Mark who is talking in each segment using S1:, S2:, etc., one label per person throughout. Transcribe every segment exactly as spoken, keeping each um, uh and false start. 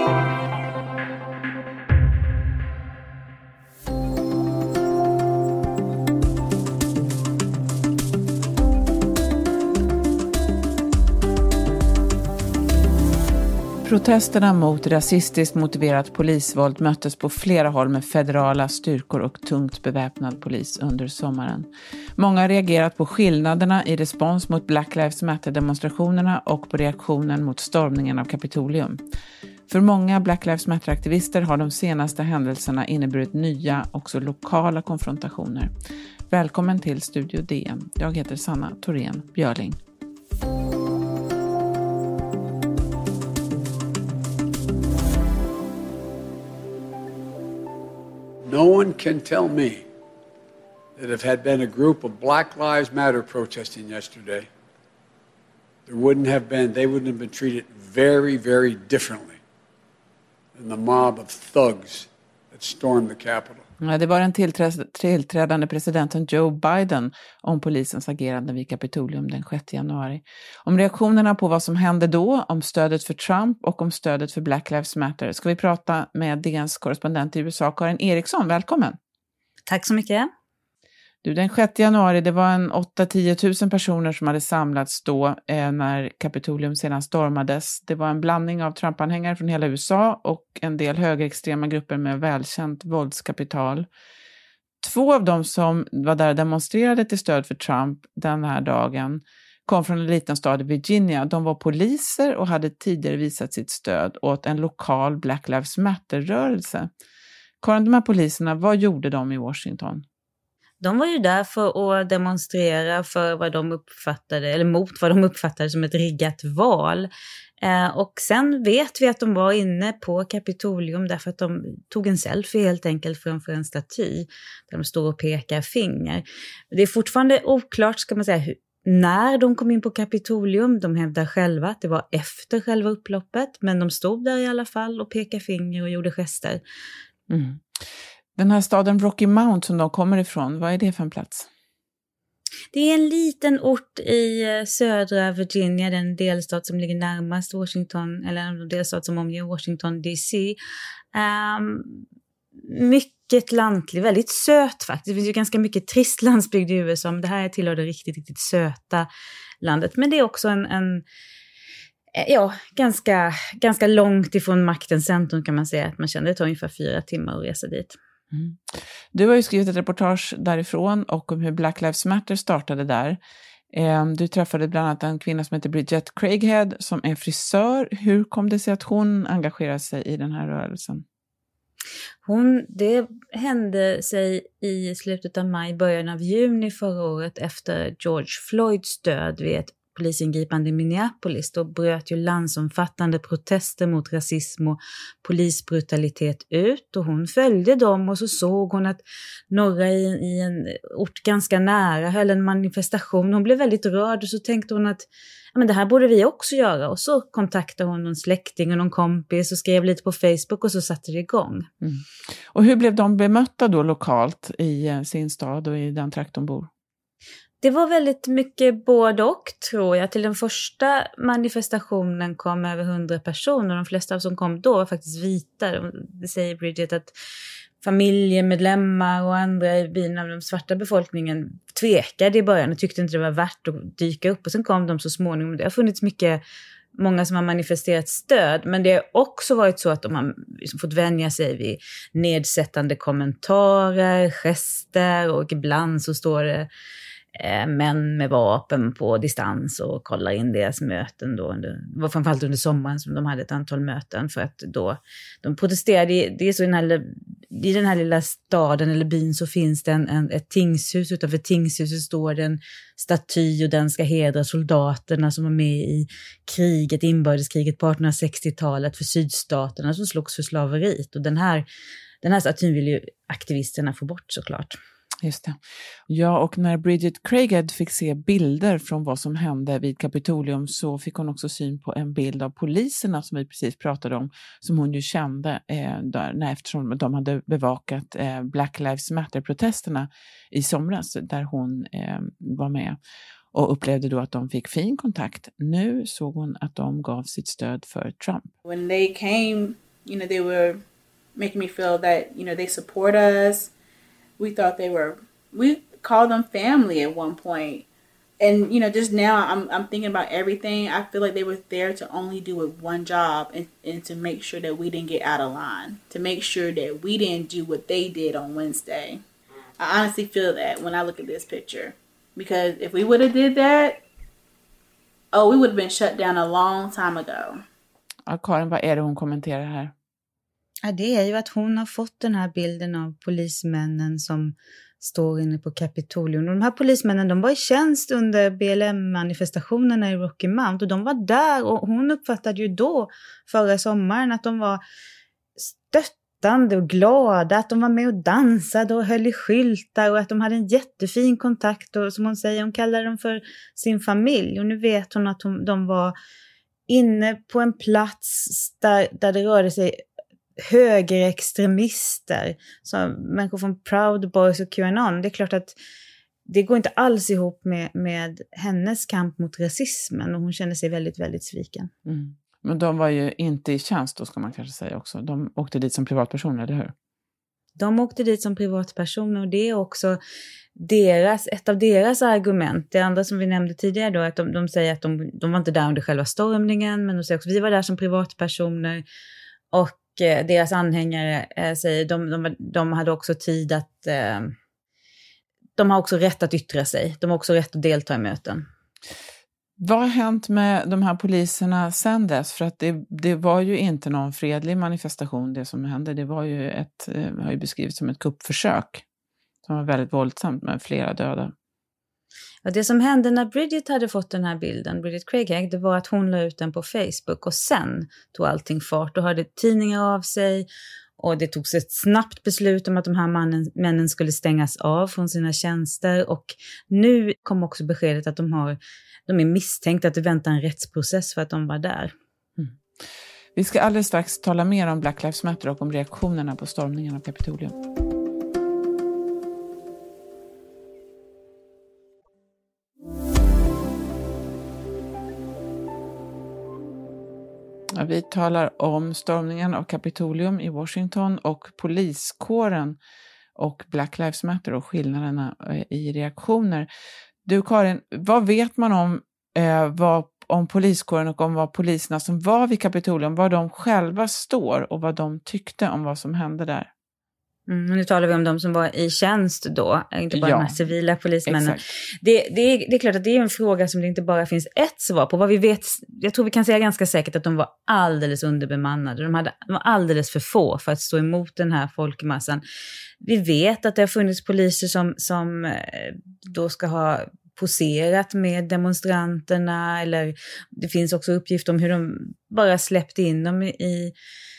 S1: Protesterna mot rasistiskt motiverat polisvåld möttes på flera håll med federala styrkor och tungt beväpnad polis under sommaren. Många har reagerat på skillnaderna i respons mot Black Lives Matter-demonstrationerna och på reaktionen mot stormningen av Kapitolium. För många Black Lives Matter-aktivister har de senaste händelserna inneburit nya, också lokala konfrontationer. Välkommen till Studio D N. Jag heter Sanna Thorén Björling.
S2: No one can tell me that if had been a group of Black Lives Matter protesting yesterday, there wouldn't have been, they wouldn't have been treated very, very differently than the mob of thugs that stormed the Capitol.
S1: Ja, det var den tillträ- tillträdande presidenten Joe Biden om polisens agerande vid Kapitolium den sjätte januari. Om reaktionerna på vad som hände då, om stödet för Trump och om stödet för Black Lives Matter ska vi prata med D N:s korrespondent i U S A, Karin Eriksson. Välkommen!
S3: Tack så mycket!
S1: Du, den sjätte januari, det var en åtta till tio tusen personer som hade samlats då eh, när Kapitolium senast stormades. Det var en blandning av Trump-anhängare från hela U S A och en del högerextrema grupper med välkänt våldskapital. Två av dem som var där och demonstrerade till stöd för Trump den här dagen kom från en liten stad i Virginia. De var poliser och hade tidigare visat sitt stöd åt en lokal Black Lives Matter-rörelse. Karin, de här poliserna, vad gjorde de i Washington?
S3: De var ju där för att demonstrera för vad de uppfattade, eller mot vad de uppfattade som ett riggat val. Eh, och sen vet vi att de var inne på Kapitolium därför att de tog en selfie helt enkelt framför en staty där de står och pekar finger. Det är fortfarande oklart, ska man säga, hur, när de kom in på Kapitolium. De hävdar själva att det var efter själva upploppet, men de stod där i alla fall och pekade finger och gjorde gester.
S1: Mm. Den här staden Rocky Mount som de kommer ifrån, vad är det för en plats?
S3: Det är en liten ort i södra Virginia, den delstat som ligger närmast Washington, eller en delstat som omger Washington D C. Um, mycket lantlig, väldigt söt faktiskt. Det finns ju ganska mycket trist landsbygd i U S A, men det här tillhör det riktigt, riktigt söta landet. Men det är också en... en Ja, ganska, ganska långt ifrån maktens centrum kan man säga. Att man kände det tar ungefär fyra timmar att resa dit.
S1: Mm. Du har ju skrivit ett reportage därifrån och om hur Black Lives Matter startade där. Du träffade bland annat en kvinna som heter Bridget Craighead som är frisör. Hur kom det sig att hon engagerade sig i den här rörelsen?
S3: Hon, det hände sig i slutet av maj, början av juni förra året efter George Floyds död vid ett polisingripande i Minneapolis. Då bröt ju landsomfattande protester mot rasism och polisbrutalitet ut och hon följde dem och så såg hon att några i, i en ort ganska nära höll en manifestation. Hon blev väldigt rörd och så tänkte hon att ja, men det här borde vi också göra, och så kontaktade hon någon släkting och någon kompis och skrev lite på Facebook och så satte det igång.
S1: Mm. Och hur blev de bemötta då lokalt i sin stad och i den trakt de bor?
S3: Det var väldigt mycket både och, tror jag. Till den första manifestationen kom över hundra personer. De flesta som kom då var faktiskt vita. Det säger Bridget att familjemedlemmar och andra i byn av den svarta befolkningen tvekade i början och tyckte inte det var värt att dyka upp. Och sen kom de så småningom. Det har funnits mycket, många som har manifesterat stöd. Men det har också varit så att de har liksom fått vänja sig vid nedsättande kommentarer, gester, och ibland så står det män med vapen på distans och kollar in deras möten då under, det var framförallt under sommaren som de hade ett antal möten för att då de protesterade. Det är så i den här, i den här lilla staden eller byn så finns det en, en, ett tingshus. Utanför tingshuset står det en staty och den ska hedra soldaterna som var med i kriget, inbördeskriget på artonhundrasextiotalet för sydstaterna som slogs för slaveriet, och den här, den här statyn vill ju aktivisterna få bort såklart.
S1: Just det. Ja, och när Bridget Craighead fick se bilder från vad som hände vid Kapitolium så fick hon också syn på en bild av poliserna som vi precis pratade om, som hon ju kände eh, där, när, eftersom de hade bevakat eh, Black Lives Matter-protesterna i somras där hon eh, var med och upplevde då att de fick fin kontakt. Nu såg hon att de gav sitt stöd för Trump.
S4: When they came You know, they were making me feel that, you know, they support us. We thought they were, we called them family at one point. And, you know, just now I'm I'm thinking about everything. I feel like they were there to only do it one job and, and to make sure that we didn't get out of line. To make sure that we didn't do what they did on Wednesday. I honestly feel that when I look at this picture. Because if we would have did that, oh, we would have been shut down a long time ago.
S1: Ja, Karin, vad är det hon kommenterar här?
S3: Ja, det är ju att hon har fått den här bilden av polismännen som står inne på Kapitolium. Och de här polismännen, de var i tjänst under B L M-manifestationerna i Rocky Mount. Och de var där, och hon uppfattade ju då förra sommaren att de var stöttande och glada. Att de var med och dansade och höll i skyltar. Och att de hade en jättefin kontakt. Och som hon säger, hon kallar dem för sin familj. Och nu vet hon att hon, de var inne på en plats där, där det rörde sig högerextremister, som människor från Proud Boys och Qanon. Det är klart att det går inte alls ihop med, med hennes kamp mot rasismen, och hon känner sig väldigt, väldigt sviken.
S1: Mm. Men de var ju inte i tjänst då, ska man kanske säga också. De åkte dit som privatpersoner, eller hur?
S3: De åkte dit som privatpersoner, och det är också deras, ett av deras argument. Det andra som vi nämnde tidigare då, att de, de säger att de, de var inte där under själva stormningen, men de säger också att vi var där som privatpersoner. Och deras anhängare eh, säger de, de, de hade också tid att eh, de har också rätt att yttra sig. De har också rätt att delta i möten.
S1: Vad har hänt med de här poliserna sen dess? För att det, det var ju inte någon fredlig manifestation det som hände. Det var ju ett, eh, har ju beskrivits som ett kuppförsök som var väldigt våldsamt med flera döda.
S3: Ja, det som hände när Bridget hade fått den här bilden, Bridget Craighead, det var att hon la ut den på Facebook, och sen tog allting fart och hörde tidningar av sig, och det togs ett snabbt beslut om att de här mannen, männen skulle stängas av från sina tjänster, och nu kom också beskedet att de, har, de är misstänkta, att det väntar en rättsprocess för att de var där.
S1: Mm. Vi ska alldeles strax tala mer om Black Lives Matter och om reaktionerna på stormningen av Kapitolium. Vi talar om stormningen av Kapitolium i Washington och poliskåren och Black Lives Matter och skillnaderna i reaktioner. Du Karin, vad vet man om, eh, vad, om poliskåren och om vad poliserna som var vid Kapitolium, vad de själva står och vad de tyckte om vad som hände där?
S3: Mm, nu talar vi om de som var i tjänst då, inte bara
S1: ja,
S3: de här civila polismännen. Det, det, är, det är klart att det är en fråga som det inte bara finns ett svar på. Vad vi vet, jag tror vi kan säga ganska säkert att de var alldeles underbemannade. De, hade, de var alldeles för få för att stå emot den här folkmassan. Vi vet att det har funnits poliser som, som då ska ha poserat med demonstranterna, eller det finns också uppgifter om hur de bara släppte in dem i,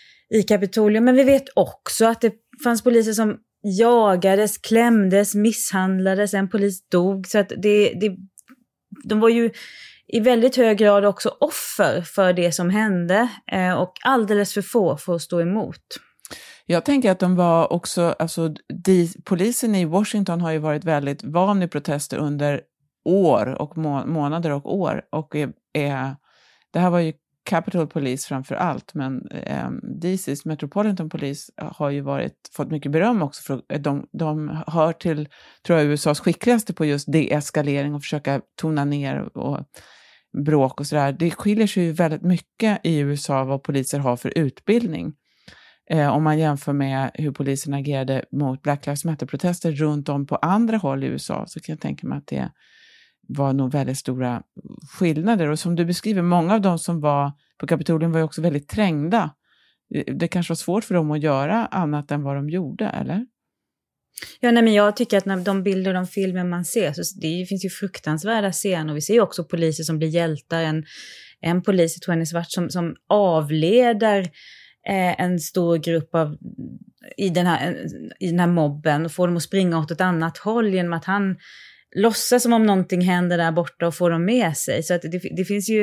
S3: i Kapitolium. Men vi vet också att det fanns poliser som jagades, klämdes, misshandlades, en polis dog. Så att det, det, de var ju i väldigt hög grad också offer för det som hände, eh, och alldeles för få för att stå emot.
S1: Jag tänker att de var också, alltså de, polisen i Washington har ju varit väldigt van i protester under år och må, månader och år. Och är, är, det här var ju Capitol Police framför allt, men eh, D C:s Metropolitan Police har ju varit, fått mycket beröm också. För de, de hör till, tror jag, U S A:s skickligaste på just deeskalering och försöka tona ner och bråk och sådär. Det skiljer sig ju väldigt mycket i U S A vad poliser har för utbildning. Eh, om man jämför med hur polisen agerade mot Black Lives Matter-protester runt om på andra håll i U S A, så kan jag tänka mig att det var nog väldigt stora skillnader. Och som du beskriver, många av de som var på Kapitolium var ju också väldigt trängda. Det kanske var svårt för dem att göra annat än vad de gjorde, eller?
S3: Ja, nej, men jag tycker att när de bilder och de filmer man ser, så det finns ju fruktansvärda scener. Och vi ser ju också poliser som blir hjältar. En, en polis, jag tror han är svart, som, som avleder eh, en stor grupp av, i, den här, i den här mobben och får dem att springa åt ett annat håll genom att han låtsas som om någonting händer där borta och får dem med sig. Så att det, det finns ju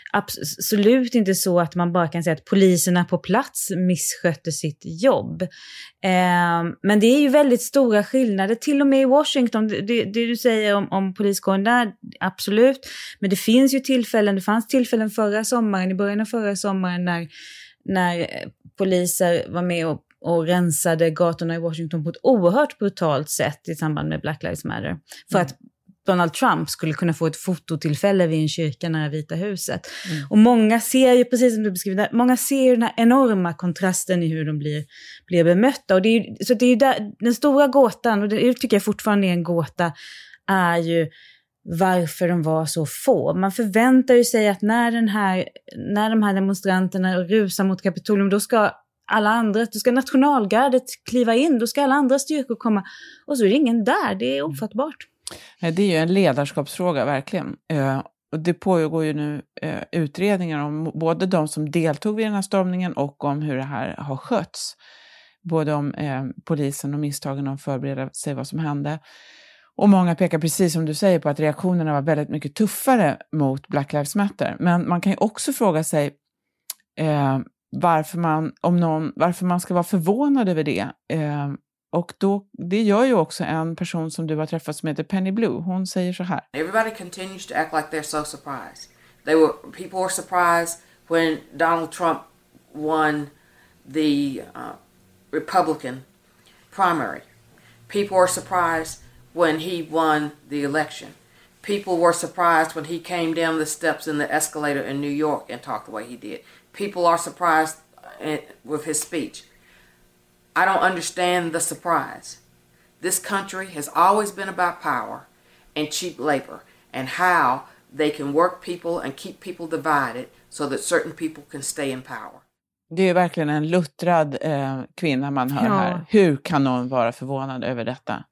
S3: absolut inte så att man bara kan säga att poliserna på plats misskötte sitt jobb. Eh, men det är ju väldigt stora skillnader. Till och med i Washington, det, det du säger om, om poliskåren där, absolut. Men det finns ju tillfällen, det fanns tillfällen förra sommaren, i början av förra sommaren när när poliser var med och, och rensade gatorna i Washington på ett oerhört brutalt sätt i samband med Black Lives Matter. För mm. att Donald Trump skulle kunna få ett fototillfälle vid en kyrka nära Vita huset. Mm. Och många ser ju, precis som du beskriver, många ser ju den här enorma kontrasten i hur de blir, blir bemötta. Och det är ju, så det är ju där, den stora gåtan, och det tycker jag fortfarande är en gåta, är ju varför de var så få. Man förväntar ju sig att när, den här, när de här demonstranterna rusar mot Kapitolium, då ska alla andra, då ska nationalgardet kliva in, då ska alla andra styrkor komma. Och så är det ingen där, det är ofattbart.
S1: Det är ju en ledarskapsfråga, verkligen. Och det pågår ju nu utredningar om både de som deltog vid den här stormningen och om hur det här har skötts. Både om polisen och misstagen om att förbereda sig vad som hände. Och många pekar, precis som du säger, på att reaktionerna var väldigt mycket tuffare mot Black Lives Matter. Men man kan ju också fråga sig eh, varför, man, om någon, varför man ska vara förvånad över det. Eh, och då, det gör ju också en person som du har träffat som heter Penny Blue. Hon säger så här.
S5: Everybody continues to act like they're so surprised. They were, people were surprised when Donald Trump won the uh, Republican primary. People were surprised when he won the election. People were surprised when he came down the steps in the escalator in New York and talked the way he did. People are surprised with his speech. I don't understand the surprise. This country has always been about power and cheap labor and how they can work people and keep people divided so that certain people can stay in power.
S1: Det är verkligen en luttrad eh, kvinna man hör ja. här. Hur kan någon vara förvånad över detta?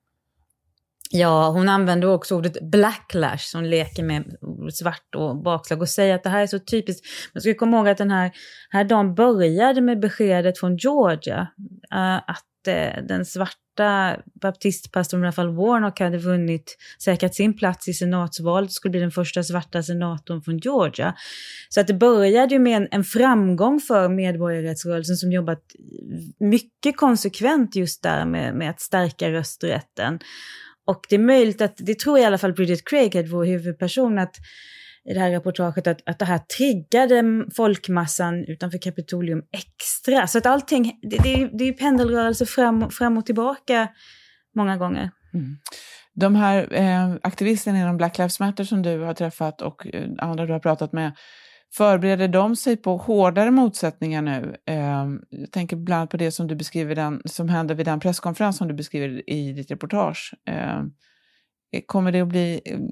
S3: Ja, hon använder också ordet blacklash som leker med svart och bakslag och säger att det här är så typiskt. Man ska komma ihåg att den här, här dagen började med beskedet från Georgia uh, att uh, den svarta baptistpastorn Raphael Warnock hade vunnit, säkrat sin plats i senatsvalet, skulle bli den första svarta senatorn från Georgia. Så att det började ju med en, en framgång för medborgarrättsrörelsen som jobbat mycket konsekvent just där med, med att stärka rösträtten. Och det är möjligt att, det tror jag i alla fall Bridget Craighead, vår huvudperson, att i det här reportaget att, att det här triggade folkmassan utanför Kapitolium extra. Så att allting, det, det, är, det är ju pendelrörelse fram, fram och tillbaka många gånger.
S1: Mm. De här eh, aktivisterna inom Black Lives Matter som du har träffat och eh, andra du har pratat med, förbereder de sig på hårdare motsättningar nu? Eh, jag tänker bland annat på det som du beskriver, den, som hände vid den presskonferens som du beskriver i ditt reportage. Eh, kommer det att bli eh,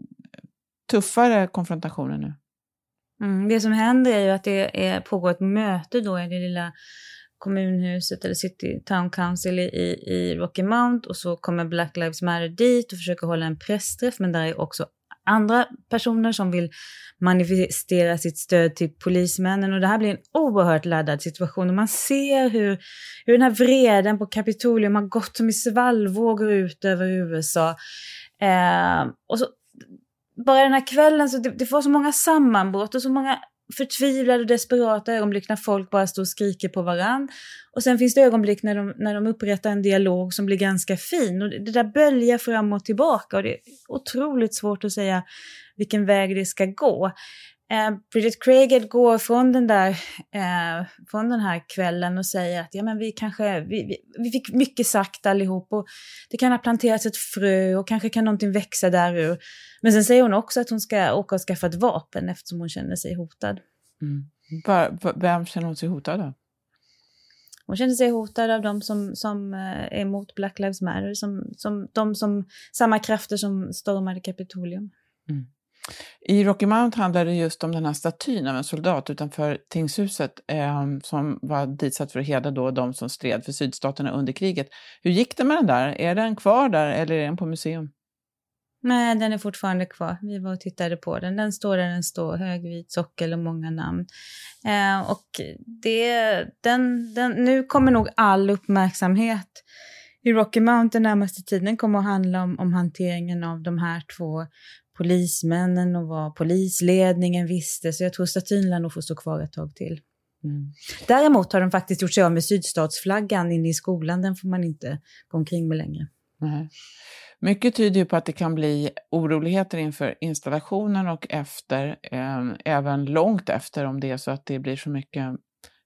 S1: tuffare konfrontationer nu?
S3: Mm, det som händer är ju att det är, pågår ett möte då i det lilla kommunhuset eller City Town Council i, i Rocky Mount, och så kommer Black Lives Matter dit och försöker hålla en pressträff, men där är också andra personer som vill manifestera sitt stöd till polismännen, och det här blir en oerhört laddad situation och man ser hur, hur den här vreden på Kapitolium har gått som i svallvågor ut över U S A. Eh, och så bara den här kvällen så det, det får så många sammanbrott och så många förtvivlade och desperata ögonblick när folk bara står och skriker på varann. Och sen finns det ögonblick när de, när de upprättar en dialog som blir ganska fin. Och det, det där böljar fram och tillbaka. Och det är otroligt svårt att säga vilken väg det ska gå. Eh, Bridget Craighead går från den där eh, från den här kvällen och säger att ja, men vi kanske vi, vi, vi fick mycket sagt allihop och det kan ha planterats ett frö och kanske kan någonting växa där ur. Men sen säger hon också att hon ska åka och skaffa ett vapen eftersom hon känner sig hotad.
S1: Mm. Var, var, vem känner hon sig hotad då?
S3: Hon känner sig hotad av de som, som är emot Black Lives Matter, som, som, de som samma krafter som stormade Kapitolium.
S1: Mm. I Rocky Mount handlar det just om den här statyn av en soldat utanför tingshuset eh, som var ditsatt för att hedra då de som stred för sydstaterna under kriget. Hur gick det med den där? Är den kvar där eller är den på museum?
S3: Nej, den är fortfarande kvar. Vi var och tittade på den. Den står där den står, högvit sockel och många namn. Eh, och det, den, den, nu kommer nog all uppmärksamhet i Rocky Mount den närmaste tiden kommer att handla om, om hanteringen av de här två polismännen och vad polisledningen visste. Så jag tror statyn lär nog få stå kvar ett tag till. Mm. Däremot har de faktiskt gjort sig av med sydstatsflaggan inne i skolan. Den får man inte gå omkring med längre.
S1: Nej. Mycket tyder ju på att det kan bli oroligheter inför installationen och efter, eh, även långt efter om det är så att det blir så mycket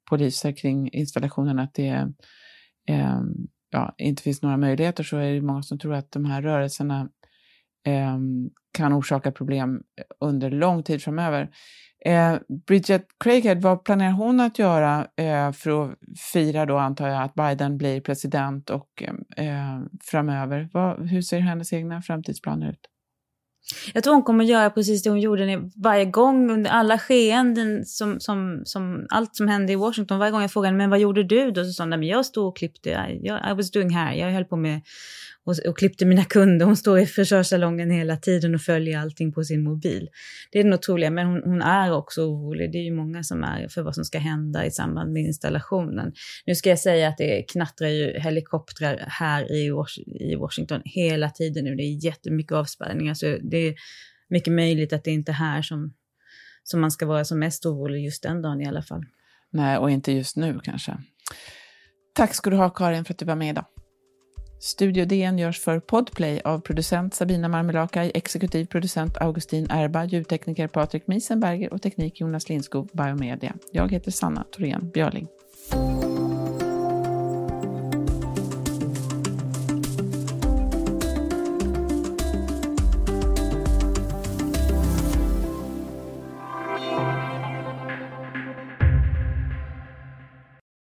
S1: poliser kring installationen att det eh, ja, inte finns några möjligheter, så är det många som tror att de här rörelserna eh, kan orsaka problem under lång tid framöver. Eh, Bridget Craighead, vad planerar hon att göra eh, för att fira då, antar jag, att Biden blir president och eh, framöver? Vad, hur ser hennes egna framtidsplaner ut?
S3: Jag tror hon kommer göra precis det hon gjorde varje gång under alla skeenden, som, som, som allt som hände i Washington. Varje gång jag frågade, men vad gjorde du då? Så sa hon, men jag stod och klippte, jag, I was doing hair, jag höll på med och, och klippte mina kunder. Hon står i frisörsalongen hela tiden och följer allting på sin mobil. Det är den otroliga, men hon, hon är också orolig. Det är ju många som är för vad som ska hända i samband med installationen. Nu ska jag säga att det knattrar ju helikoptrar här i, i Washington hela tiden nu. Det är jättemycket avspärrningar, så det är mycket möjligt att det inte är här som, som man ska vara som mest orolig just den dagen i alla fall.
S1: Nej, och inte just nu kanske. Tack ska du ha, Karin, för att du var med idag. Studio D N görs för Podplay av producent Sabina Marmelakai, exekutiv producent Augustin Erba, ljudtekniker Patrik Miesenberger och teknik Jonas Lindskog, Biomedia. Jag heter Sanna Thorén Björling.